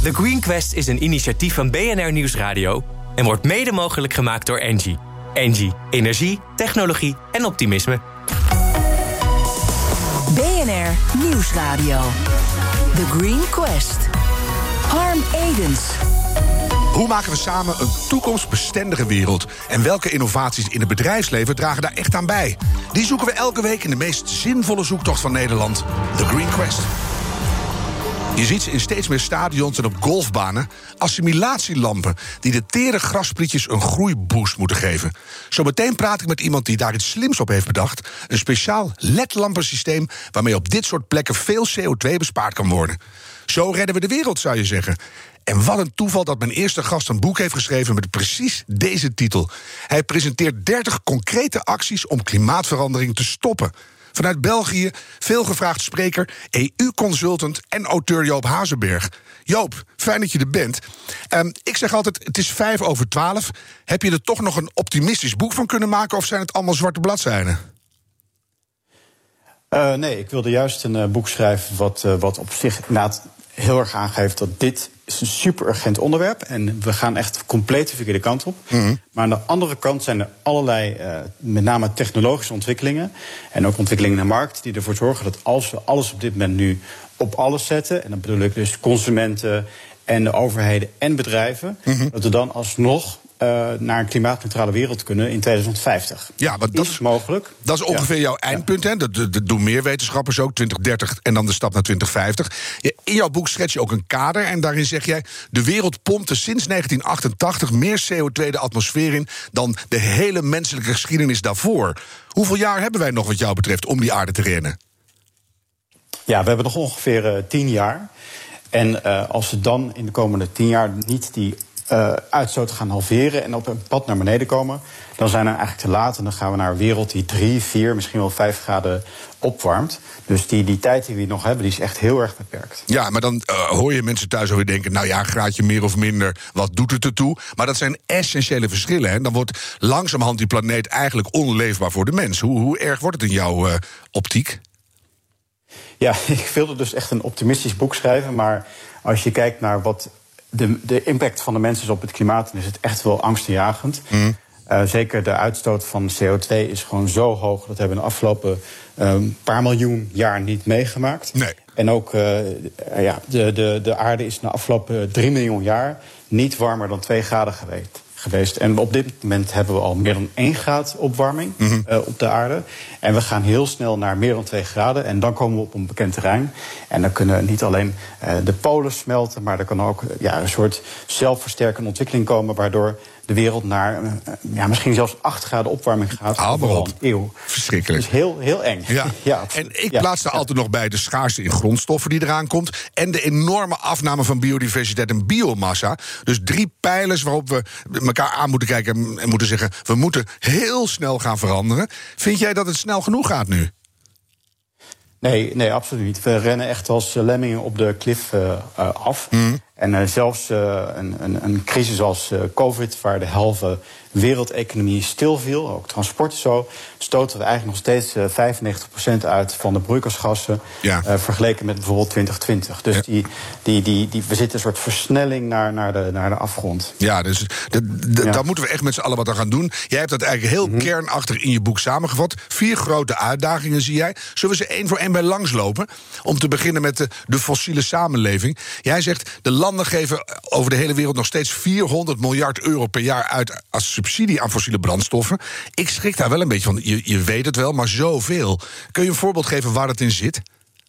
The Green Quest is een initiatief van BNR Nieuwsradio en wordt mede mogelijk gemaakt door Engie. Engie, energie, technologie en optimisme. BNR Nieuwsradio. The Green Quest. Harm Edens. Hoe maken we samen een toekomstbestendige wereld? En welke innovaties in het bedrijfsleven dragen daar echt aan bij? Die zoeken we elke week in de meest zinvolle zoektocht van Nederland. The Green Quest. Je ziet ze in steeds meer stadions en op golfbanen. Assimilatielampen die de tere grasprietjes een groeiboost moeten geven. Zometeen praat ik met iemand die daar iets slims op heeft bedacht. Een speciaal LED-lampensysteem waarmee op dit soort plekken veel CO2 bespaard kan worden. Zo redden we de wereld, zou je zeggen. En wat een toeval dat mijn eerste gast een boek heeft geschreven met precies deze titel. Hij presenteert 30 concrete acties om klimaatverandering te stoppen. Vanuit België, veelgevraagd spreker, EU-consultant en auteur Joop Hazenberg. Joop, fijn dat je er bent. Ik zeg altijd, het is 11:05. Heb je er toch nog een optimistisch boek van kunnen maken of zijn het allemaal zwarte bladzijden? Nee, ik wilde juist een boek schrijven wat op zich inderdaad heel erg aangeeft dat dit is een super urgent onderwerp en we gaan echt compleet de verkeerde kant op. Mm-hmm. Maar aan de andere kant zijn er allerlei, met name technologische ontwikkelingen en ook ontwikkelingen in de markt die ervoor zorgen dat als we alles op dit moment nu op alles zetten, en dan bedoel ik dus consumenten en de overheden en bedrijven, dat we dan alsnog naar een klimaatneutrale wereld kunnen in 2050. Ja, maar dat is mogelijk. Dat is ongeveer jouw eindpunt, hè? Dat doen meer wetenschappers ook, 2030 en dan de stap naar 2050. In jouw boek schets je ook een kader en daarin zeg jij, de wereld pompte sinds 1988 meer CO2 de atmosfeer in dan de hele menselijke geschiedenis daarvoor. Hoeveel jaar hebben wij nog wat jou betreft om die aarde te redden? Ja, we hebben nog ongeveer 10 jaar. En als we dan in de komende 10 jaar niet die uitstoot gaan halveren en op een pad naar beneden komen, dan zijn we eigenlijk te laat en dan gaan we naar een wereld die 3, 4, misschien wel 5 graden opwarmt. Dus die tijd die we nog hebben, die is echt heel erg beperkt. Ja, maar dan hoor je mensen thuis alweer denken, nou ja, een graadje meer of minder, wat doet het ertoe? Maar dat zijn essentiële verschillen. Hè? Dan wordt langzamerhand die planeet eigenlijk onleefbaar voor de mens. Hoe erg wordt het in jouw optiek? Ja, ik wilde dus echt een optimistisch boek schrijven, maar als je kijkt naar wat de impact van de mensen is op het klimaat, dan is het echt wel angstaanjagend. Zeker de uitstoot van CO2 is gewoon zo hoog. Dat hebben we de afgelopen paar miljoen jaar niet meegemaakt. Nee. En ook de aarde is de afgelopen 3 miljoen jaar niet warmer dan 2 graden geweest. En op dit moment hebben we al meer dan 1 graad opwarming op de aarde. En we gaan heel snel naar meer dan 2 graden. En dan komen we op een bekend terrein. En dan kunnen niet alleen de polen smelten, maar er kan ook een soort zelfversterkende ontwikkeling komen, waardoor de wereld naar misschien zelfs 8 graden opwarming gaat. Al een eeuw. Verschrikkelijk. Dus heel, heel eng. Ja. En ik plaats er altijd nog bij de schaarste in grondstoffen die eraan komt en de enorme afname van biodiversiteit en biomassa. Dus 3 pijlers waarop we elkaar aan moeten kijken en moeten zeggen, we moeten heel snel gaan veranderen. Vind jij dat het snel genoeg gaat nu? Nee, absoluut niet. We rennen echt als lemmingen op de klif af. En zelfs een crisis als COVID, waar de halve wereldeconomie stilviel, ook transport zo, stoten we eigenlijk nog steeds 95% uit van de broeikasgassen, vergeleken met bijvoorbeeld 2020. Dus we zitten een soort versnelling naar de afgrond. Ja, dus daar moeten we echt met z'n allen wat aan gaan doen. Jij hebt dat eigenlijk heel kernachtig in je boek samengevat. 4 grote uitdagingen zie jij. Zullen we ze 1 voor 1 bij langslopen? Om te beginnen met de fossiele samenleving. Jij zegt, de landen geven over de hele wereld nog steeds 400 miljard euro per jaar uit als subsidie aan fossiele brandstoffen. Ik schrik daar wel een beetje van. Je weet het wel, maar zoveel. Kun je een voorbeeld geven waar het in zit?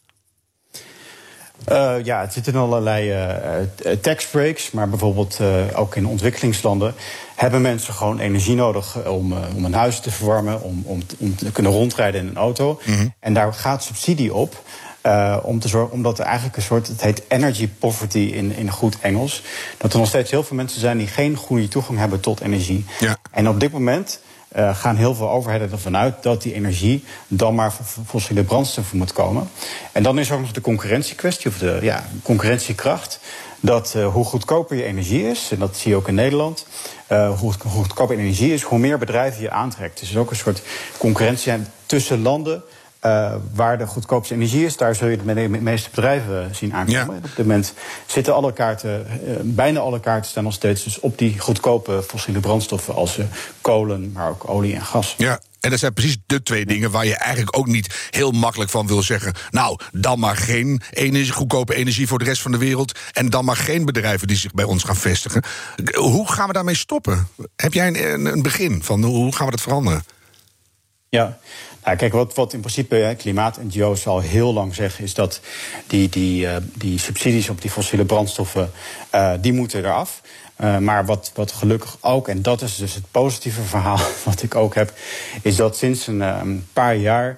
Het zit in allerlei tax breaks, maar bijvoorbeeld ook in ontwikkelingslanden hebben mensen gewoon energie nodig om een huis te verwarmen, om te kunnen rondrijden in een auto. En daar gaat subsidie op. Omdat er eigenlijk een soort, het heet energy poverty in goed Engels, dat er nog steeds heel veel mensen zijn die geen goede toegang hebben tot energie. Ja. En op dit moment gaan heel veel overheden ervan uit dat die energie dan maar van fossiele brandstoffen moet komen. En dan is er ook nog de concurrentiekwestie, of de concurrentiekracht. Dat hoe goedkoper je energie is, en dat zie je ook in Nederland, hoe goedkoper energie is, hoe meer bedrijven je aantrekt. Dus er is ook een soort concurrentie tussen landen waar de goedkoopste energie is, daar zul je de meeste bedrijven zien aankomen. Ja. Op dit moment zitten alle kaarten, bijna alle kaarten staan nog steeds dus op die goedkope fossiele brandstoffen als kolen, maar ook olie en gas. Ja. En dat zijn precies de twee dingen waar je eigenlijk ook niet heel makkelijk van wil zeggen. Nou, dan maar geen goedkope energie voor de rest van de wereld. En dan maar geen bedrijven die zich bij ons gaan vestigen. Hoe gaan we daarmee stoppen? Heb jij een begin van hoe gaan we dat veranderen? Ja, nou, kijk, wat in principe klimaat-NGO's al heel lang zeggen, is dat die subsidies op die fossiele brandstoffen, die moeten eraf. Maar wat gelukkig ook, en dat is dus het positieve verhaal wat ik ook heb, is dat sinds een paar jaar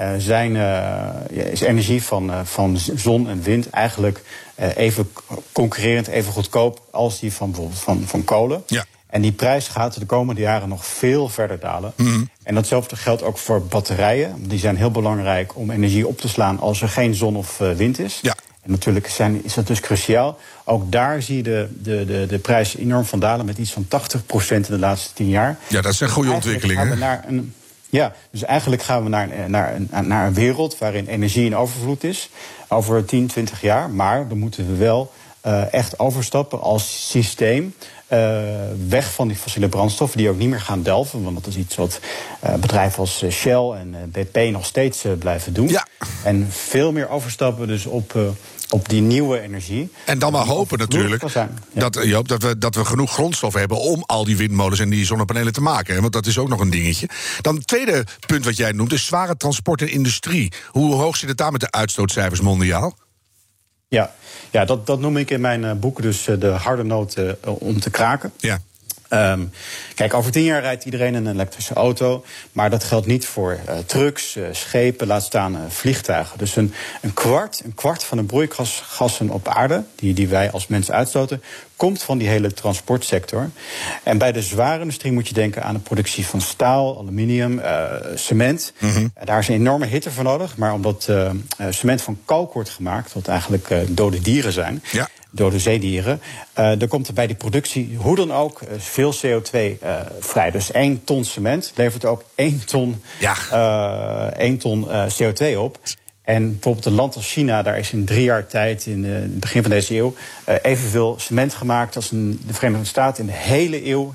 is energie van zon en wind eigenlijk even concurrerend, even goedkoop als die van bijvoorbeeld van kolen. Ja. En die prijs gaat de komende jaren nog veel verder dalen. Mm-hmm. En datzelfde geldt ook voor batterijen. Die zijn heel belangrijk om energie op te slaan als er geen zon of wind is. Ja. En natuurlijk is dat dus cruciaal. Ook daar zie je de prijs enorm van dalen met iets van 80% in de laatste 10 jaar. Ja, dat zijn goede ontwikkelingen. Dus eigenlijk gaan we naar een wereld waarin energie in overvloed is over 10, 20 jaar. Maar dan moeten we wel echt overstappen als systeem. Weg van die fossiele brandstoffen die ook niet meer gaan delven. Want dat is iets wat bedrijven als Shell en BP nog steeds blijven doen. Ja. En veel meer overstappen dus op die nieuwe energie. En dan maar hopen natuurlijk dat we genoeg grondstoffen hebben om al die windmolens en die zonnepanelen te maken. Want dat is ook nog een dingetje. Dan het tweede punt wat jij noemt is zware transport en industrie. Hoe hoog zit het daar met de uitstootcijfers mondiaal? Ja, dat noem ik in mijn boek dus de harde noot om te kraken. Ja. Kijk, over 10 jaar rijdt iedereen een elektrische auto. Maar dat geldt niet voor trucks, schepen, laat staan vliegtuigen. Dus een kwart van de broeikasgassen op aarde, die wij als mensen uitstoten, komt van die hele transportsector. En bij de zware industrie moet je denken aan de productie van staal, aluminium, cement. Mm-hmm. Daar is een enorme hitte voor nodig. Maar omdat cement van kalk wordt gemaakt, wat eigenlijk dode dieren zijn, dode zeedieren, dan komt er bij die productie hoe dan ook veel CO2 vrij. Dus 1 ton cement levert ook 1 ton CO2 op. En bijvoorbeeld een land als China, daar is in 3 jaar tijd, in het begin van deze eeuw, evenveel cement gemaakt als in de Verenigde Staten in de hele eeuw,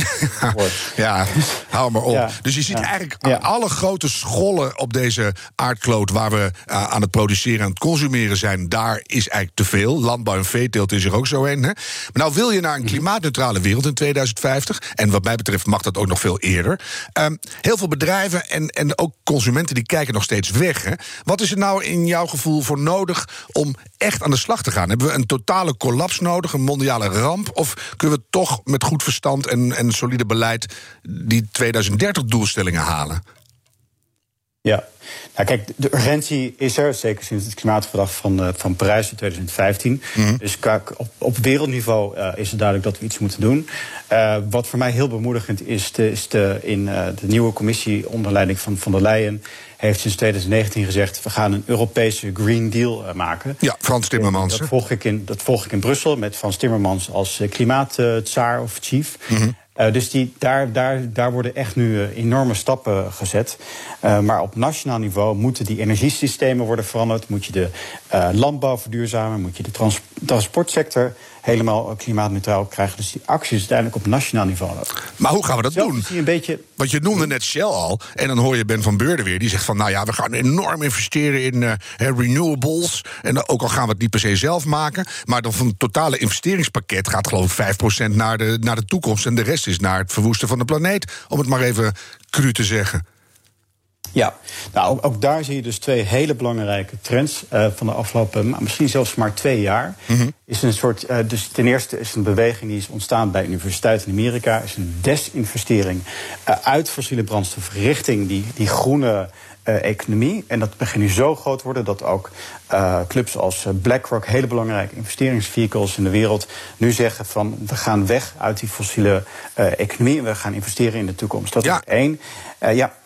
hou maar op. Ja, dus je ziet eigenlijk alle grote schollen op deze aardkloot waar we aan het produceren, aan het consumeren zijn, daar is eigenlijk te veel. Landbouw en veeteelt is er ook zo een. Hè? Maar nou wil je naar een klimaatneutrale wereld in 2050, en wat mij betreft mag dat ook nog veel eerder. Heel veel bedrijven en ook consumenten die kijken nog steeds weg. Hè? Wat is er nou in jouw gevoel voor nodig om echt aan de slag te gaan? Hebben we een totale collapse nodig, een mondiale ramp? Of kunnen we toch met goed verstand en solide beleid die 2030-doelstellingen halen? Ja, nou kijk, de urgentie is er, zeker sinds het klimaatverdrag van Parijs in 2015. Mm-hmm. Dus op wereldniveau is het duidelijk dat we iets moeten doen. Wat voor mij heel bemoedigend is de nieuwe commissie onder leiding van der Leyen heeft sinds 2019 gezegd, we gaan een Europese Green Deal maken. Ja, Frans Timmermans. Dat volg ik in Brussel met Frans Timmermans als klimaattsaar of chief. Mm-hmm. Dus daar worden echt nu enorme stappen gezet. Maar op nationaal niveau moeten die energiesystemen worden veranderd. Moet je de landbouw verduurzamen. Moet je de transportsector helemaal klimaatneutraal krijgen. Dus die actie is uiteindelijk op nationaal niveau. Maar hoe gaan we dat doen? Want je noemde net Shell al. En dan hoor je Ben van Beurden weer. Die zegt van, we gaan enorm investeren in renewables. En ook al gaan we het niet per se zelf maken. Maar dan van het totale investeringspakket gaat geloof ik 5% naar de toekomst. En de rest is naar het verwoesten van de planeet. Om het maar even cru te zeggen. Ja, nou ook daar zie je dus 2 hele belangrijke trends van de afgelopen, misschien zelfs maar 2 jaar. Mm-hmm. Is een soort, dus ten eerste is een beweging die is ontstaan bij universiteiten in Amerika, is een desinvestering uit fossiele brandstof richting die groene economie. En dat begint nu zo groot te worden dat ook clubs als BlackRock, hele belangrijke investeringsvehicles in de wereld, nu zeggen van we gaan weg uit die fossiele economie en we gaan investeren in de toekomst. Dat is 1.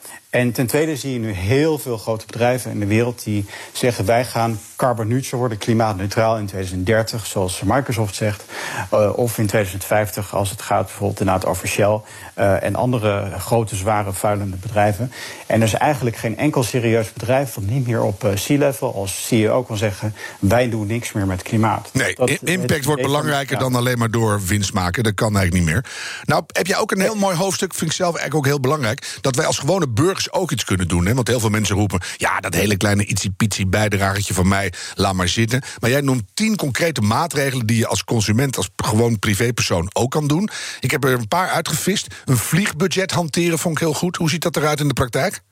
En ten tweede zie je nu heel veel grote bedrijven in de wereld die zeggen: wij gaan carbon neutral worden, klimaatneutraal in 2030, zoals Microsoft zegt. Of in 2050, als het gaat bijvoorbeeld inderdaad over Shell en andere grote, zware, vuilende bedrijven. En er is eigenlijk geen enkel serieus bedrijf dat niet meer op C-level als CEO kan zeggen: wij doen niks meer met klimaat. Nee, impact wordt belangrijker dan alleen maar door winst maken. Dat kan eigenlijk niet meer. Nou, heb jij ook een heel mooi hoofdstuk, vind ik zelf eigenlijk ook heel belangrijk, dat wij als gewone burgers ook iets kunnen doen. Hè? Want heel veel mensen roepen: ja, dat hele kleine ietsie-pietsie bijdragertje van mij, laat maar zitten. Maar jij noemt 10 concrete maatregelen die je als consument, als gewoon privépersoon ook kan doen. Ik heb er een paar uitgevist. Een vliegbudget hanteren vond ik heel goed. Hoe ziet dat eruit in de praktijk?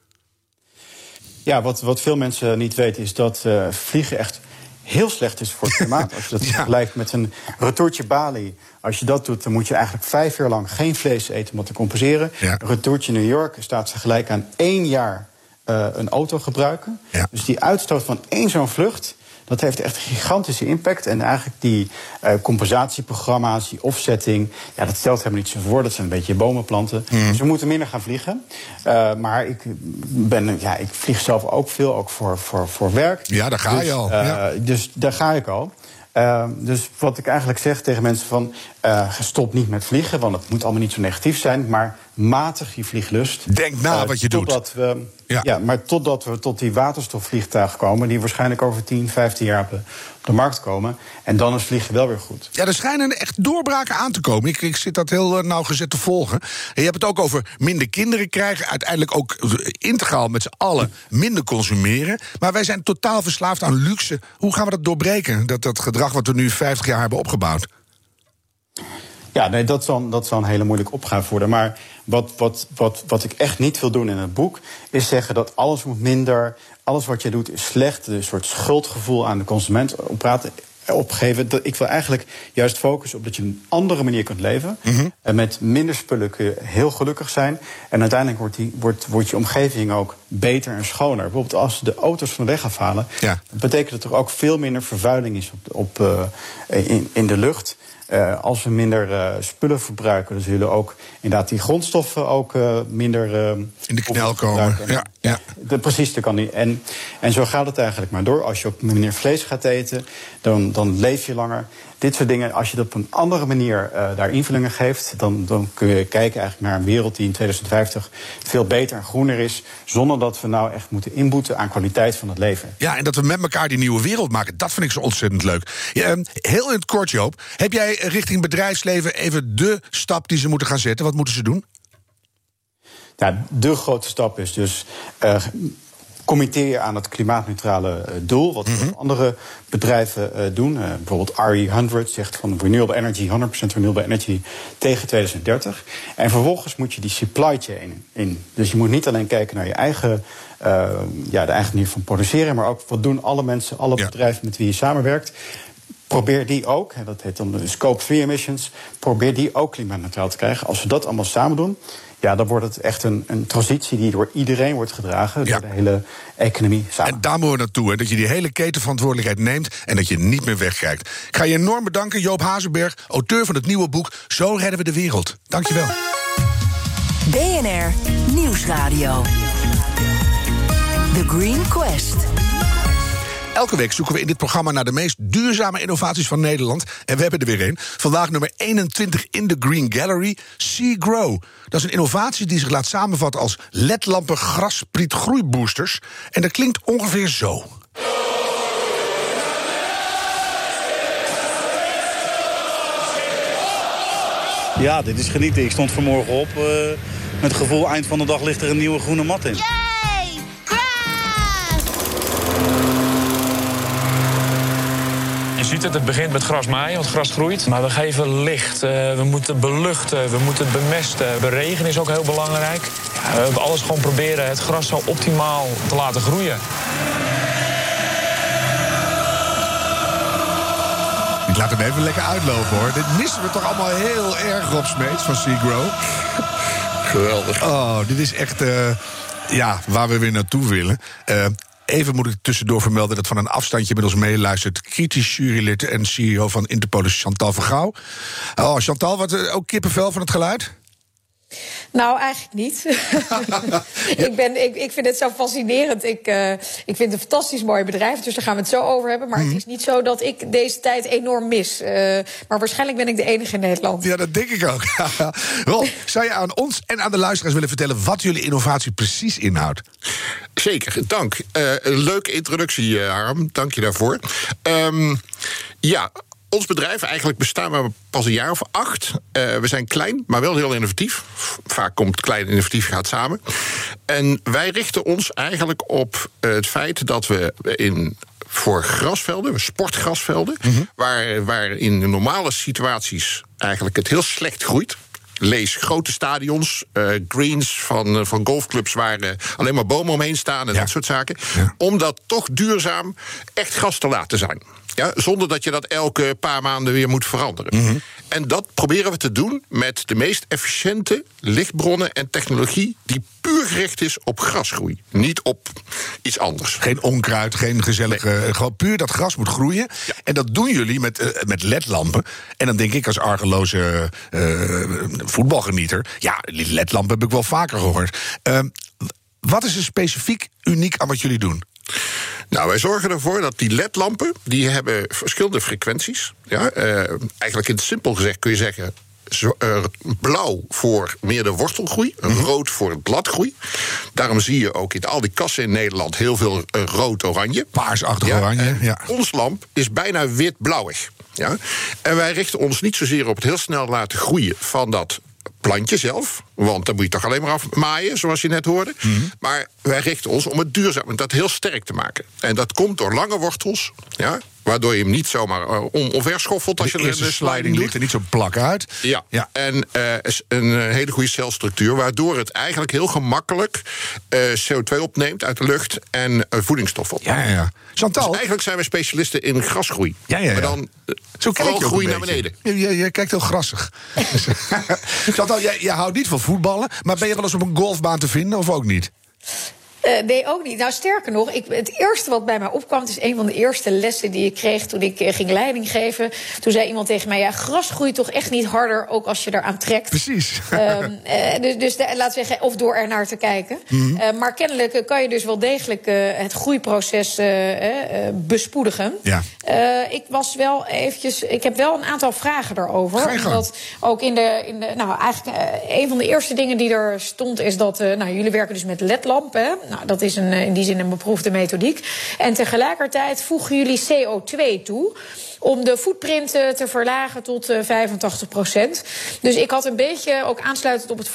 Ja, wat veel mensen niet weten is dat vliegen echt heel slecht is voor het klimaat. Als je dat vergelijkt met een retourtje Bali. Als je dat doet, dan moet je eigenlijk 5 jaar lang geen vlees eten om dat te compenseren. Ja. Een retourtje New York staat gelijk aan 1 jaar een auto gebruiken. Ja. Dus die uitstoot van 1 zo'n vlucht, dat heeft echt een gigantische impact. En eigenlijk die compensatieprogramma's, die offsetting, ja, dat stelt helemaal niet zo voor. Dat zijn een beetje bomen planten. Dus we moeten minder gaan vliegen. Maar ik vlieg zelf ook veel, ook voor werk. Ja, daar ga je al. Dus daar ga ik al. Dus wat ik eigenlijk zeg tegen mensen van stop niet met vliegen, want het moet allemaal niet zo negatief zijn, maar matig je vlieglust. Denk na wat je doet. Maar totdat we tot die waterstofvliegtuigen komen, die waarschijnlijk over 10, 15 jaar op de markt komen. En dan is vliegen wel weer goed. Ja, er schijnen echt doorbraken aan te komen. Ik zit dat heel nauwgezet te volgen. En je hebt het ook over minder kinderen krijgen, uiteindelijk ook integraal met z'n allen minder consumeren. Maar wij zijn totaal verslaafd aan luxe. Hoe gaan we dat doorbreken? Dat gedrag wat we nu 50 jaar hebben opgebouwd. Ja, nee, dat zal een hele moeilijke opgave worden. Maar wat ik echt niet wil doen in het boek is zeggen dat alles moet minder, alles wat je doet is slecht, een soort schuldgevoel aan de consument opgeven. Ik wil eigenlijk juist focussen op dat je op een andere manier kunt leven. En met minder spullen kun je heel gelukkig zijn. En uiteindelijk wordt je omgeving ook beter en schoner. Bijvoorbeeld als de auto's van de weg afhalen, betekent dat er ook veel minder vervuiling is in de lucht. Als we minder spullen verbruiken, dan zullen ook inderdaad die grondstoffen ook minder in de knel komen. Precies, dat kan niet. En zo gaat het eigenlijk maar door. Als je op minder vlees gaat eten, dan leef je langer. Dit soort dingen, als je dat op een andere manier daar invullingen geeft, dan kun je kijken eigenlijk naar een wereld die in 2050 veel beter en groener is, zonder dat we nou echt moeten inboeten aan kwaliteit van het leven. Ja, en dat we met elkaar die nieuwe wereld maken, dat vind ik zo ontzettend leuk. Ja, heel in het kort, Joop, heb jij richting bedrijfsleven even de stap die ze moeten gaan zetten? Wat moeten ze doen? Ja, de grote stap is dus committeer je aan het klimaatneutrale doel, wat andere bedrijven doen. Bijvoorbeeld RE100 zegt van renewable energy, 100% renewable energy tegen 2030. En vervolgens moet je die supply chain in. Dus je moet niet alleen kijken naar je eigen, de eigen manier van produceren, maar ook wat doen alle mensen, alle bedrijven met wie je samenwerkt. Probeer die ook, en dat heet dan de Scope 3 emissions, probeer die ook klimaatneutraal te krijgen. Als we dat allemaal samen doen, ja, dan wordt het echt een transitie die door iedereen wordt gedragen, door de hele economie samen. En daar moeten we naartoe, hè, dat je die hele ketenverantwoordelijkheid neemt en dat je niet meer wegkijkt. Ik ga je enorm bedanken, Joop Hazenberg, auteur van het nieuwe boek Zo redden we de wereld. Dankjewel. BNR Nieuwsradio. The Green Quest. Elke week zoeken we in dit programma naar de meest duurzame innovaties van Nederland. En we hebben er weer een. Vandaag nummer 21 in de Green Gallery, SeaGrow. Dat is een innovatie die zich laat samenvatten als ledlampen grasspriet groeiboosters. En dat klinkt ongeveer zo. Ja, dit is genieten. Ik stond vanmorgen op met het gevoel, eind van de dag ligt er een nieuwe groene mat in. Je ziet het begint met grasmaaien, want gras groeit. Maar we geven licht, we moeten beluchten, we moeten het bemesten. Beregen is ook heel belangrijk. Ja, we hebben alles gewoon proberen het gras zo optimaal te laten groeien. Ik laat hem even lekker uitlopen, hoor. Dit missen we toch allemaal heel erg op Smeets van SeaGrow. Geweldig. Oh, dit is echt waar we weer naartoe willen. Even moet ik tussendoor vermelden dat van een afstandje met ons meeluistert kritisch jurylid en CEO van Interpolis Chantal Vergouw. Oh, Chantal, wat ook kippenvel van het geluid? Nou, eigenlijk niet. Ik vind het zo fascinerend. Ik vind het een fantastisch mooi bedrijf, dus daar gaan we het zo over hebben. Maar het is niet zo dat ik deze tijd enorm mis. Maar waarschijnlijk ben ik de enige in Nederland. Ja, dat denk ik ook. Rob, zou je aan ons en aan de luisteraars willen vertellen wat jullie innovatie precies inhoudt? Zeker, dank. Een leuke introductie, Harm. Dank je daarvoor. Ons bedrijf, eigenlijk bestaan we pas een jaar of 8. We zijn klein, maar wel heel innovatief. Vaak komt klein en innovatief gaat samen. En wij richten ons eigenlijk op het feit dat we voor grasvelden, sportgrasvelden, waar in normale situaties eigenlijk het heel slecht groeit. Lees grote stadions, greens van golfclubs waar alleen maar bomen omheen staan en dat soort zaken. Ja. Om dat toch duurzaam echt gras te laten zijn. Ja, zonder dat je dat elke paar maanden weer moet veranderen. En dat proberen we te doen met de meest efficiënte lichtbronnen en technologie die puur gericht is op grasgroei. Niet op iets anders. Geen onkruid, geen gezellige... Gewoon puur dat gras moet groeien. Ja. En dat doen jullie met ledlampen. En dan denk ik als argeloze voetbalgenieter... ja, die ledlampen heb ik wel vaker gehoord. Wat is er specifiek uniek aan wat jullie doen? Nou, wij zorgen ervoor dat die ledlampen, die hebben verschillende frequenties. Ja, eigenlijk in het simpel gezegd kun je zeggen, blauw voor meer de wortelgroei, rood voor het bladgroei. Daarom zie je ook in al die kassen in Nederland heel veel rood-oranje. Paarsachtig oranje, ja. Ons lamp is bijna wit-blauwig. Ja? En wij richten ons niet zozeer op het heel snel laten groeien van dat plantje zelf, want dan moet je toch alleen maar afmaaien, zoals je net hoorde. Maar wij richten ons om het duurzaam, dat heel sterk te maken. En dat komt door lange wortels, ja, waardoor je hem niet zomaar omverschoffelt als je er de sliding ligt er niet zo plak uit. Ja. En een hele goede celstructuur, waardoor het eigenlijk heel gemakkelijk CO2 opneemt uit de lucht en voedingsstoffen opneemt. Ja. Chantal? Dus eigenlijk zijn we specialisten in grasgroei. Ja. Maar dan zo vooral groei naar beneden. Je kijkt heel grassig. Chantal, jij houdt niet van voetballen, maar ben je wel eens op een golfbaan te vinden of ook niet? Nee, ook niet. Nou, sterker nog, het eerste wat bij mij opkwam, het is een van de eerste lessen die ik kreeg toen ik ging leiding geven. Toen zei iemand tegen mij, ja, gras groeit toch echt niet harder, ook als je eraan trekt. Precies. Dus laten we zeggen, of door er naar te kijken. Maar kennelijk kan je dus wel degelijk het groeiproces bespoedigen. Ja. Ik heb wel een aantal vragen daarover. Omdat ook nou, eigenlijk een van de eerste dingen die er stond is dat, jullie werken dus met ledlampen. Nou, dat is in die zin een beproefde methodiek. En tegelijkertijd voegen jullie CO2 toe om de footprint te verlagen tot 85%. Dus ik had een beetje, ook aansluitend op het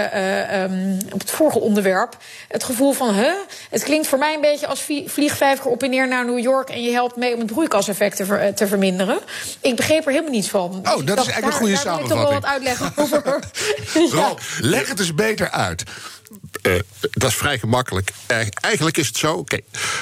vorige onderwerp, het gevoel van, het klinkt voor mij een beetje als vlieg 5 keer op en neer naar New York en je helpt mee om het broeikaseffect te verminderen. Ik begreep er helemaal niets van. Oh, dat is eigenlijk een goede samenvatting. Daar wil ik toch wel wat uitleggen over. Rob, leg het eens beter uit. Dat is vrij gemakkelijk. Eigenlijk is het zo, oké.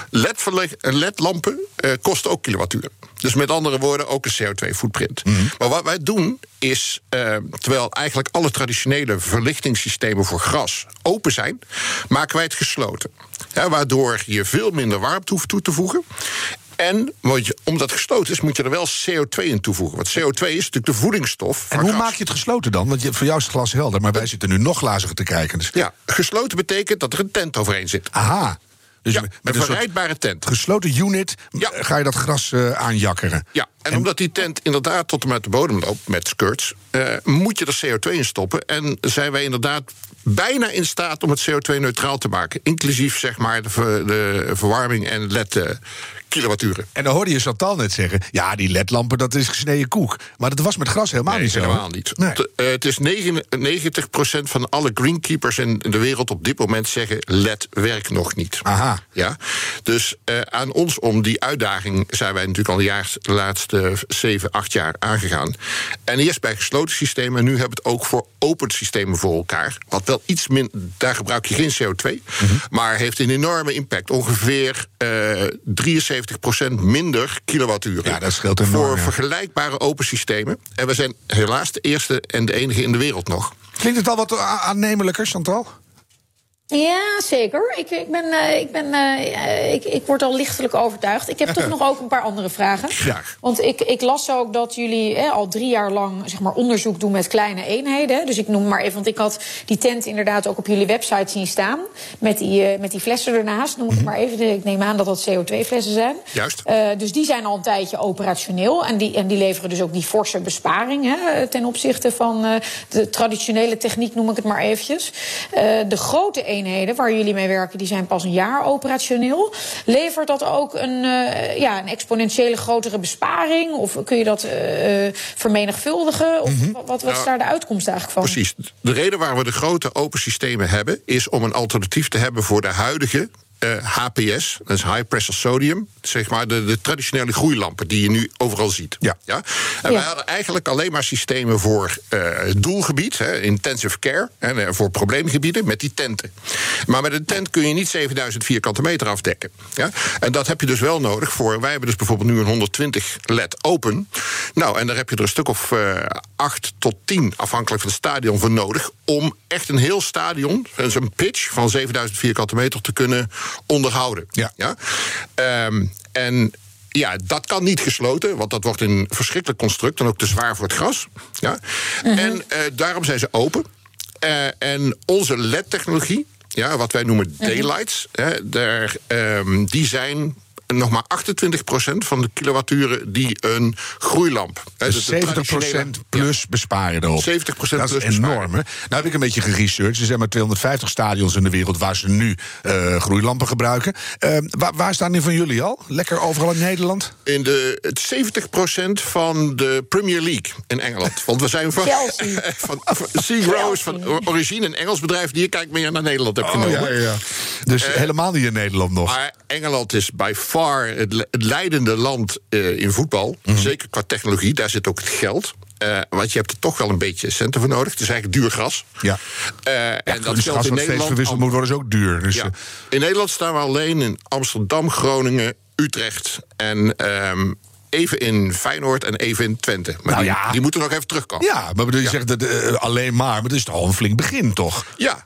LED-lampen kosten ook kilowattuur. Dus met andere woorden ook een CO2-footprint. Maar wat wij doen is, terwijl eigenlijk alle traditionele verlichtingssystemen voor gras open zijn, maken wij het gesloten. Ja, waardoor je veel minder warmte hoeft toe te voegen. En omdat het gesloten is, moet je er wel CO2 in toevoegen. Want CO2 is natuurlijk de voedingsstof van En hoe gras. maak je het gesloten dan? Want voor jou is het glas helder, maar wij zitten nu nog glaziger te kijken. Dus... Ja, gesloten betekent dat er een tent overheen zit. Aha. Dus ja, met een verrijdbare tent. Gesloten unit ga je dat gras aanjakkeren. Ja, en omdat die tent inderdaad tot en met de bodem loopt met skirts, moet je er CO2 in stoppen. En zijn wij inderdaad bijna in staat om het CO2-neutraal te maken. Inclusief zeg maar de verwarming en LED-kilowatturen. En dan hoorde je Chantal net zeggen, ja, die ledlampen, dat is gesneden koek. Maar dat was met gras helemaal niet zo. Helemaal niet. Nee. Het is 99% van alle greenkeepers in de wereld op dit moment zeggen, LED werkt nog niet. Aha. Ja? Dus aan ons om die uitdaging zijn wij natuurlijk al de laatste 7, 8 jaar aangegaan. En eerst bij gesloten systemen, en nu hebben we het ook voor open systemen voor elkaar. Wat wel iets minder, daar gebruik je geen CO2, maar heeft een enorme impact. Ongeveer 73% minder kilowatturen. Ja, dat scheelt enorm. Voor vergelijkbare open systemen. En we zijn helaas de eerste en de enige in de wereld nog. Klinkt het al wat aannemelijker, Chantal? Ja, zeker. Ik word al lichtelijk overtuigd. Ik heb toch nog ook een paar andere vragen. Graag. Want ik las ook dat jullie al 3 jaar lang zeg maar, onderzoek doen met kleine eenheden. Dus ik noem maar even, want ik had die tent inderdaad ook op jullie website zien staan. Met die flessen ernaast, noem ik het maar even. Ik neem aan dat dat CO2-flessen zijn. Juist. Dus die zijn al een tijdje operationeel. En die leveren dus ook die forse besparing ten opzichte van de traditionele techniek, noem ik het maar eventjes. De grote eenheden waar jullie mee werken, die zijn pas een jaar operationeel. Levert dat ook een exponentiële grotere besparing? Of kun je dat vermenigvuldigen? Of wat is daar de uitkomst eigenlijk van? Precies. De reden waarom we de grote open systemen hebben, is om een alternatief te hebben voor de huidige HPS, dat is high pressure sodium, zeg maar de traditionele groeilampen die je nu overal ziet. Ja? En wij hadden eigenlijk alleen maar systemen voor het doelgebied, intensive care, voor probleemgebieden met die tenten. Maar met een tent kun je niet 7000 vierkante meter afdekken. Ja? En dat heb je dus wel nodig voor. Wij hebben dus bijvoorbeeld nu een 120 LED open. Nou, en daar heb je er een stuk of 8 tot 10, afhankelijk van het stadion, voor nodig om echt een heel stadion, dus een pitch van 7000 vierkante meter te kunnen onderhouden. Ja? En ja, dat kan niet gesloten, want dat wordt een verschrikkelijk construct en ook te zwaar voor het gras. Ja? En daarom zijn ze open. En onze LED-technologie, wat wij noemen daylights, die zijn nog maar 28% van de kilowatturen die een groeilamp. Dus 70% plus besparen erop. 70% dat is enorm. Nou heb ik een beetje geresearched. Er zijn maar 250 stadions in de wereld waar ze nu groeilampen gebruiken. Waar staan die van jullie al? Lekker overal in Nederland? In het 70% van de Premier League in Engeland. Want we zijn van Seagrows, van origine, een Engels bedrijf die je kijkt meer naar Nederland hebt genomen. Ja. Dus helemaal niet in Nederland nog. Maar Engeland is by far het leidende land in voetbal. Zeker qua technologie, daar zit ook het geld. Want je hebt er toch wel een beetje centen voor nodig. Het is eigenlijk duur gras. En dat geld in Nederland verwisseld moet worden is ook duur. Dus in Nederland staan we alleen in Amsterdam, Groningen, Utrecht en even in Feyenoord en even in Twente. Maar die moeten nog even terugkomen. Ja, maar bedoel, je zegt dat, alleen maar het is toch al een flink begin, toch? Ja.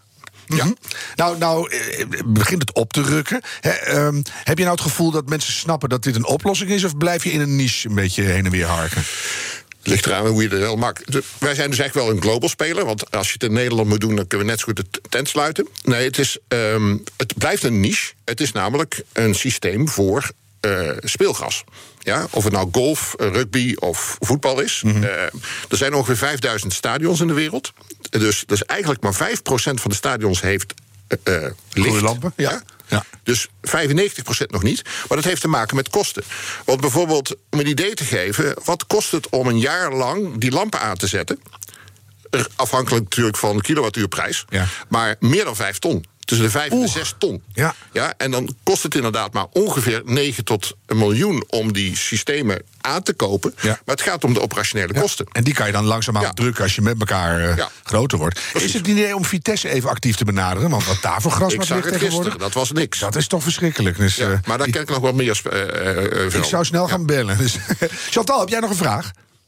Nou, begint het op te rukken. Heb je nou het gevoel dat mensen snappen dat dit een oplossing is, of blijf je in een niche een beetje heen en weer harken? Het ligt eraan hoe je het wel maakt. Wij zijn dus echt wel een global speler. Want als je het in Nederland moet doen, dan kunnen we net zo goed de tent sluiten. Nee, het blijft een niche. Het is namelijk een systeem voor speelgras. Ja, of het nou golf, rugby of voetbal is. Er zijn ongeveer 5000 stadions in de wereld. Dus eigenlijk maar 5% van de stadions heeft licht. Lampen, ja. Dus 95% nog niet. Maar dat heeft te maken met kosten. Want bijvoorbeeld, om een idee te geven, wat kost het om een jaar lang die lampen aan te zetten? Afhankelijk natuurlijk van de kilowattuurprijs. Maar meer dan 5 ton. Tussen de 5 en de 6 ton. Ja, en dan kost het inderdaad maar ongeveer 9 tot 1 miljoen om die systemen aan te kopen. Maar het gaat om de operationele kosten. En die kan je dan langzaamaan drukken als je met elkaar groter wordt. Precies. Is het idee om Vitesse even actief te benaderen? Want wat daar voor gras ik zag het gisteren, dat was niks. Dat is toch verschrikkelijk. Dus, maar daar ken ik nog wel meer ik zou snel gaan bellen. Dus, Chantal, heb jij nog een vraag?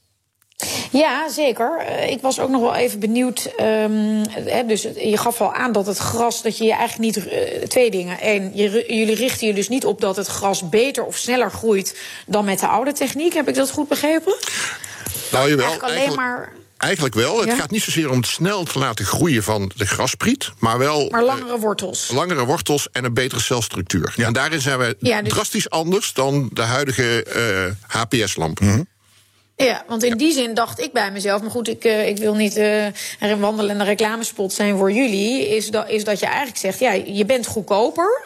Ja, zeker. Ik was ook nog wel even benieuwd. Dus je gaf al aan dat het gras, dat je eigenlijk niet. 2 dingen. 1, jullie richten je dus niet op dat het gras beter of sneller groeit dan met de oude techniek. Heb ik dat goed begrepen? Nou, jawel. Eigenlijk alleen maar. Eigenlijk wel. Het gaat niet zozeer om het snel te laten groeien van de graspriet, maar wel. Maar langere wortels. Langere wortels en een betere celstructuur. En daarin zijn we drastisch anders dan de huidige HPS-lampen. Ja, want in die zin dacht ik bij mezelf, maar goed, ik wil niet een wandelende reclamespot zijn voor jullie, is dat je eigenlijk zegt, je bent goedkoper.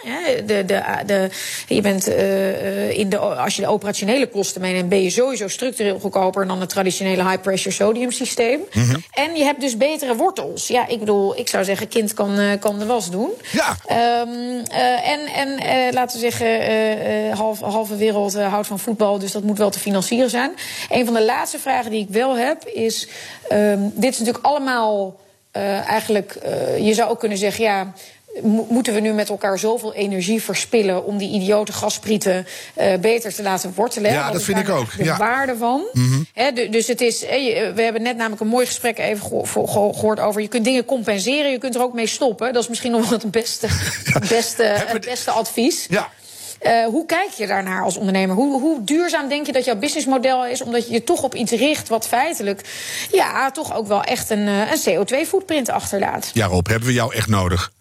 Je bent als je de operationele kosten meeneemt, ben je sowieso structureel goedkoper dan het traditionele high pressure sodium systeem. En je hebt dus betere wortels. Ja, ik bedoel, ik zou zeggen, kind kan de was doen. Ja. En laten we zeggen, halve wereld houdt van voetbal, dus dat moet wel te financieren zijn. Een van de laatste vragen die ik wel heb is, dit is natuurlijk allemaal eigenlijk, je zou ook kunnen zeggen, moeten we nu met elkaar zoveel energie verspillen om die idiote gasprieten beter te laten wortelen? Ja, dat vind ik ook. De waarde van. Mm-hmm. Dus het is. We hebben net namelijk een mooi gesprek even gehoord over. Je kunt dingen compenseren, je kunt er ook mee stoppen. Dat is misschien nog wel het beste advies. Ja. Hoe kijk je daarnaar als ondernemer? Hoe duurzaam denk je dat jouw businessmodel is? Omdat je je toch op iets richt wat feitelijk toch ook wel echt een CO2-footprint achterlaat. Ja, Rob, hebben we jou echt nodig?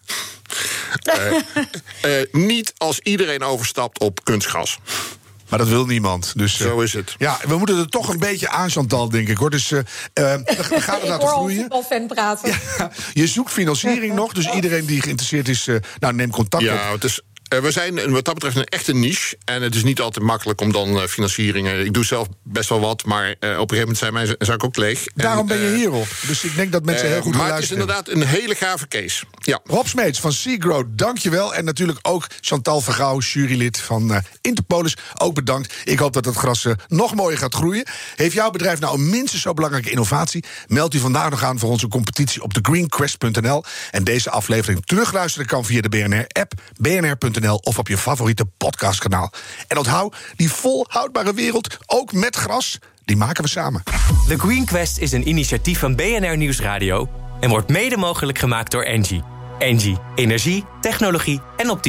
Niet als iedereen overstapt op kunstgras. Maar dat wil niemand. Dus, zo is het. Ja, we moeten er toch een beetje aan, Chantal, denk ik, hoor. Dus we gaan er laten groeien. Ik hoor al voetbalfan praten. Ja, je zoekt financiering nog, dus iedereen die geïnteresseerd is, neem contact op. Ja, het is... We zijn wat dat betreft een echte niche. En het is niet altijd makkelijk om dan financieringen... Ik doe zelf best wel wat, maar op een gegeven moment zijn ik ook leeg. Daarom ben je hierop. Dus ik denk dat mensen heel goed maar geluisterd hebben. Maar het is inderdaad een hele gave case. Ja. Rob Smeets van Seagrow, dankjewel. En natuurlijk ook Chantal Vergouw, jurylid van Interpolis. Ook bedankt. Ik hoop dat het gras nog mooier gaat groeien. Heeft jouw bedrijf nou een minstens zo belangrijke innovatie? Meld u vandaag nog aan voor onze competitie op thegreenquest.nl. En deze aflevering terugluisteren kan via de BNR-app, bnr.nl... of op je favoriete podcastkanaal. En onthoud, die volhoudbare wereld, ook met gras, die maken we samen. The Green Quest is een initiatief van BNR Nieuwsradio... en wordt mede mogelijk gemaakt door Engie. Engie, energie, technologie en optimisme.